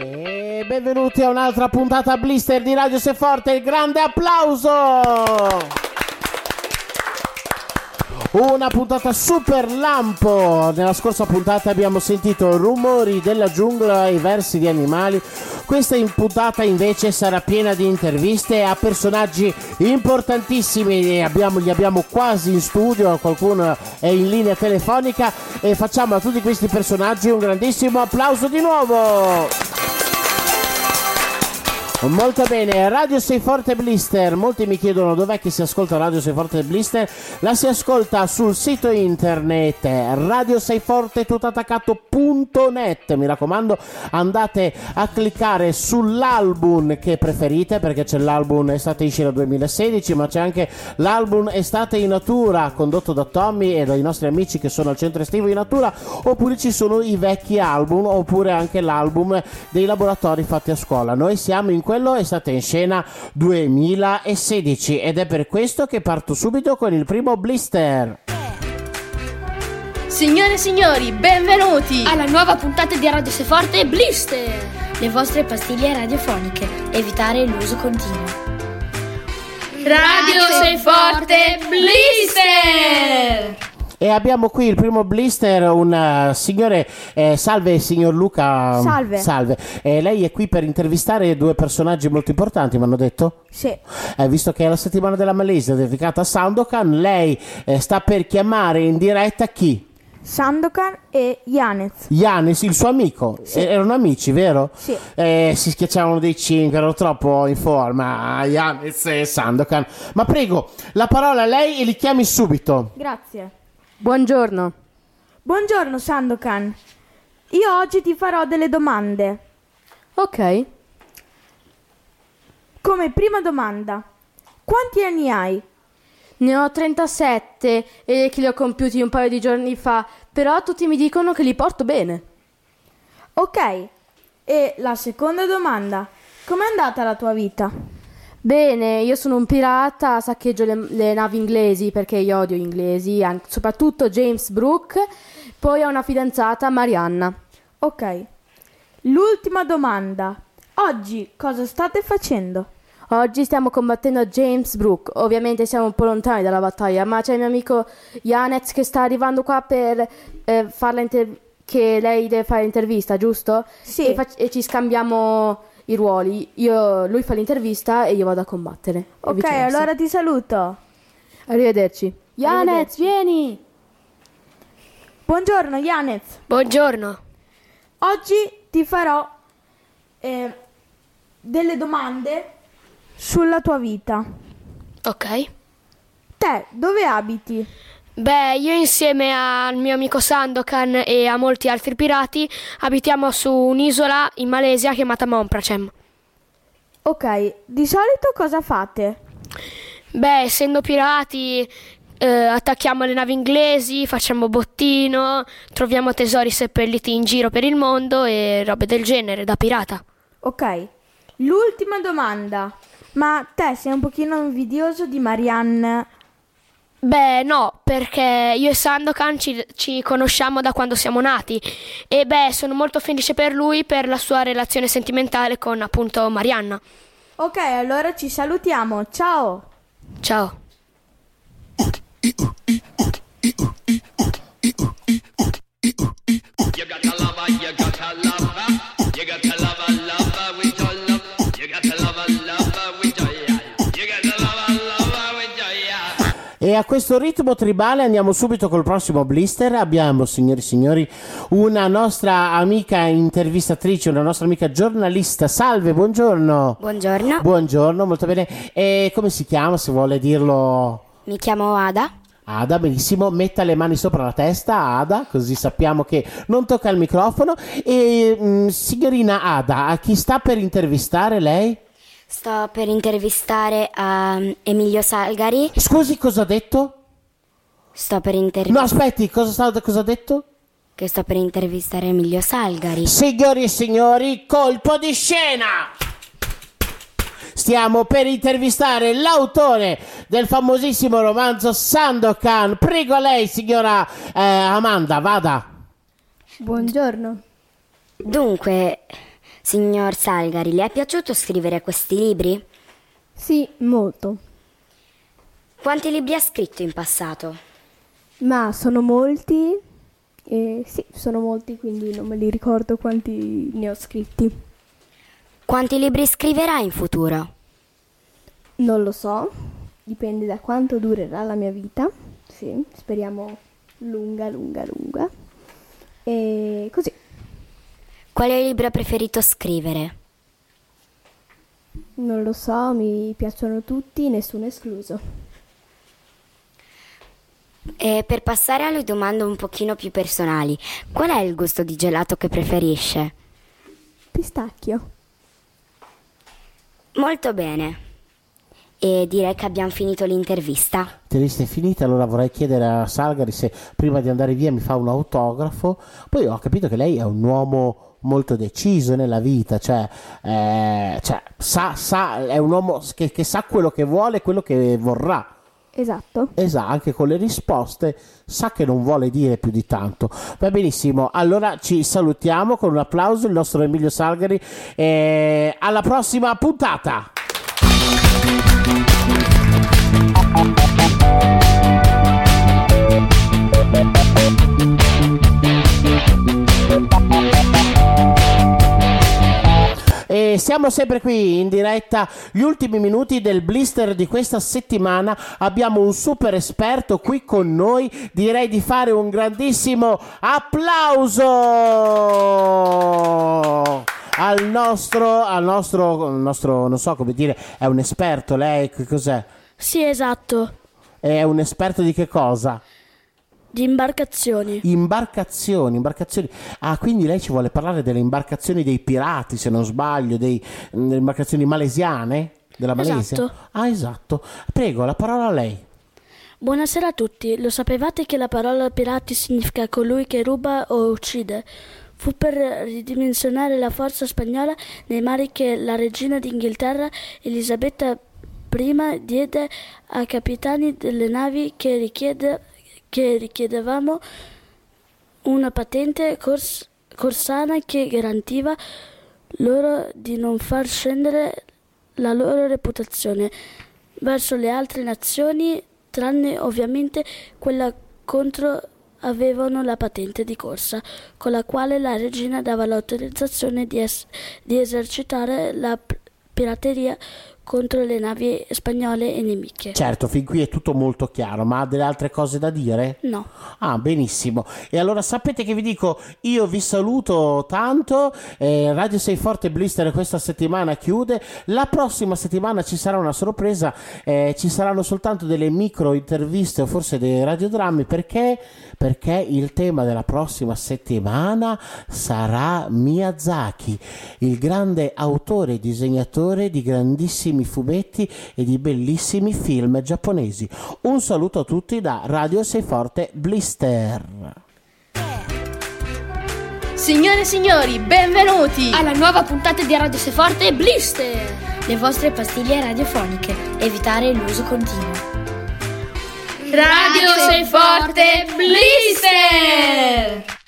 E benvenuti a un'altra puntata Blister di Radio Sei Forte. Il grande applauso! Una puntata super lampo. Nella scorsa puntata abbiamo sentito rumori della giungla e versi di animali. Questa puntata invece sarà piena di interviste a personaggi importantissimi. Li abbiamo quasi in studio, qualcuno è in linea telefonica e facciamo a tutti questi personaggi un grandissimo applauso di nuovo. Molto bene, Radio Sei Forte Blister. Molti mi chiedono dov'è che si ascolta Radio Sei Forte Blister. La si ascolta sul sito internet radioseifortetuttoattaccato.net. Mi raccomando, andate a cliccare sull'album che preferite, perché c'è l'album Estate in Scena 2016, ma c'è anche l'album Estate in Natura condotto da Tommy e dai nostri amici che sono al centro estivo in Natura, oppure ci sono i vecchi album, oppure anche l'album dei laboratori fatti a scuola. Noi siamo in quello Estate in Scena 2016 ed è per questo che parto subito con il primo blister. Signore e signori, benvenuti alla nuova puntata di Radio Sei Forte Blister, le vostre pastiglie radiofoniche. Evitare l'uso continuo. Radio Sei Forte Blister. E abbiamo qui il primo blister, un signore, salve signor Luca. Salve. Lei è qui per intervistare due personaggi molto importanti, mi hanno detto? Sì. Visto che è la settimana della Malesia dedicata a Sandokan, lei sta per chiamare in diretta chi? Sandokan e Yanez, il suo amico. Sì. Erano amici, vero? Sì. Si schiacciavano dei 5, ero troppo in forma. Yanez e Sandokan. Ma prego, la parola a lei e li chiami subito. Grazie. Buongiorno Sandokan. Io oggi ti farò delle domande. Ok. Come prima domanda, quanti anni hai? Ne ho 37 e che li ho compiuti un paio di giorni fa, però tutti mi dicono che li porto bene. Ok. E la seconda domanda, com'è andata la tua vita? Bene, io sono un pirata, saccheggio le navi inglesi perché io odio gli inglesi, soprattutto James Brooke. Poi ho una fidanzata, Marianna. Ok. L'ultima domanda, oggi cosa state facendo? Oggi stiamo combattendo James Brooke. Ovviamente siamo un po' lontani dalla battaglia, ma c'è il mio amico Yanez che sta arrivando qua per che lei deve fare l'intervista, giusto? Sì. E ci scambiamo i ruoli. Lui fa l'intervista e io vado a combattere. Ok, allora ti saluto. Arrivederci. Yanez, vieni! Buongiorno Yanez. Buongiorno. Oggi ti farò delle domande sulla tua vita. Ok. Te, dove abiti? Beh, io insieme al mio amico Sandokan e a molti altri pirati abitiamo su un'isola in Malesia chiamata Monprachem. Ok, di solito cosa fate? Beh, essendo pirati, attacchiamo le navi inglesi, facciamo bottino, troviamo tesori seppelliti in giro per il mondo e robe del genere, da pirata. Ok, l'ultima domanda. Ma te sei un pochino invidioso di Marianne? Beh, no, perché io e Sandokan ci conosciamo da quando siamo nati e beh, sono molto felice per lui per la sua relazione sentimentale con appunto Marianna. Ok, allora ci salutiamo. Ciao. Ciao. E a questo ritmo tribale andiamo subito col prossimo blister. Abbiamo, signori e signori, una nostra amica intervistatrice, una nostra amica giornalista. Salve, buongiorno. Buongiorno, molto bene. E come si chiama, se vuole dirlo? Mi chiamo Ada. Ada, benissimo. Metta le mani sopra la testa, Ada, così sappiamo che non tocca il microfono. E signorina Ada, a chi sta per intervistare lei? Sto per intervistare Emilio Salgari. Scusi, cosa ha detto? Sto per intervistare... No, aspetti, cosa ha detto? Che sto per intervistare Emilio Salgari. Signori e signori, colpo di scena! Stiamo per intervistare l'autore del famosissimo romanzo Sandokan. Prego lei, signora Amanda, vada. Buongiorno. Dunque, Signor Salgari, le è piaciuto scrivere questi libri? Sì, molto. Quanti libri ha scritto in passato? Ma sono molti. Sì, sono molti, quindi non me li ricordo quanti ne ho scritti. Quanti libri scriverà in futuro? Non lo so, dipende da quanto durerà la mia vita. Sì, speriamo lunga. E così. Quale libro ha preferito scrivere? Non lo so, mi piacciono tutti, nessuno escluso. E per passare alle domande un pochino più personali, qual è il gusto di gelato che preferisce? Pistacchio. Molto bene. E direi che abbiamo finito l'intervista. Intervista è finita, allora vorrei chiedere a Salgari se prima di andare via mi fa un autografo. Poi ho capito che lei è un uomo molto deciso nella vita, cioè sa, è un uomo che sa quello che vuole e quello che vorrà. Esatto. Anche con le risposte sa che non vuole dire più di tanto. Va benissimo, allora ci salutiamo con un applauso il nostro Emilio Salgari e alla prossima puntata. E siamo sempre qui in diretta, gli ultimi minuti del blister di questa settimana. Abbiamo un super esperto qui con noi, direi di fare un grandissimo applauso al nostro, non so come dire, è un esperto, lei che cos'è? Sì, esatto. È un esperto di che cosa? Di imbarcazioni. Imbarcazioni. Ah, quindi lei ci vuole parlare delle imbarcazioni dei pirati, se non sbaglio, delle imbarcazioni malesiane? Della Malesia? Esatto. Ah, esatto. Prego, la parola a lei. Buonasera a tutti. Lo sapevate che la parola pirati significa colui che ruba o uccide? Fu per ridimensionare la forza spagnola nei mari che la regina d'Inghilterra Elisabetta I diede ai capitani delle navi che richiedevamo una patente corsana che garantiva loro di non far scendere la loro reputazione verso le altre nazioni, tranne ovviamente quella contro avevano la patente di corsa, con la quale la regina dava l'autorizzazione di esercitare la pirateria contro le navi spagnole e nemiche. Certo, fin qui è tutto molto chiaro, ma ha delle altre cose da dire? No. Ah, benissimo. E allora sapete che vi dico? Io vi saluto tanto, Radio Sei Forte Blister questa settimana chiude, la prossima settimana ci sarà una sorpresa, ci saranno soltanto delle micro interviste o forse dei radiodrammi, perché il tema della prossima settimana sarà Miyazaki, il grande autore e disegnatore di grandissimi fumetti e di bellissimi film giapponesi. Un saluto a tutti da Radio Sei Forte Blister. Signore e signori, benvenuti alla nuova puntata di Radio Sei Forte Blister, le vostre pastiglie radiofoniche. Evitare l'uso continuo. Radio Sei Forte Blister.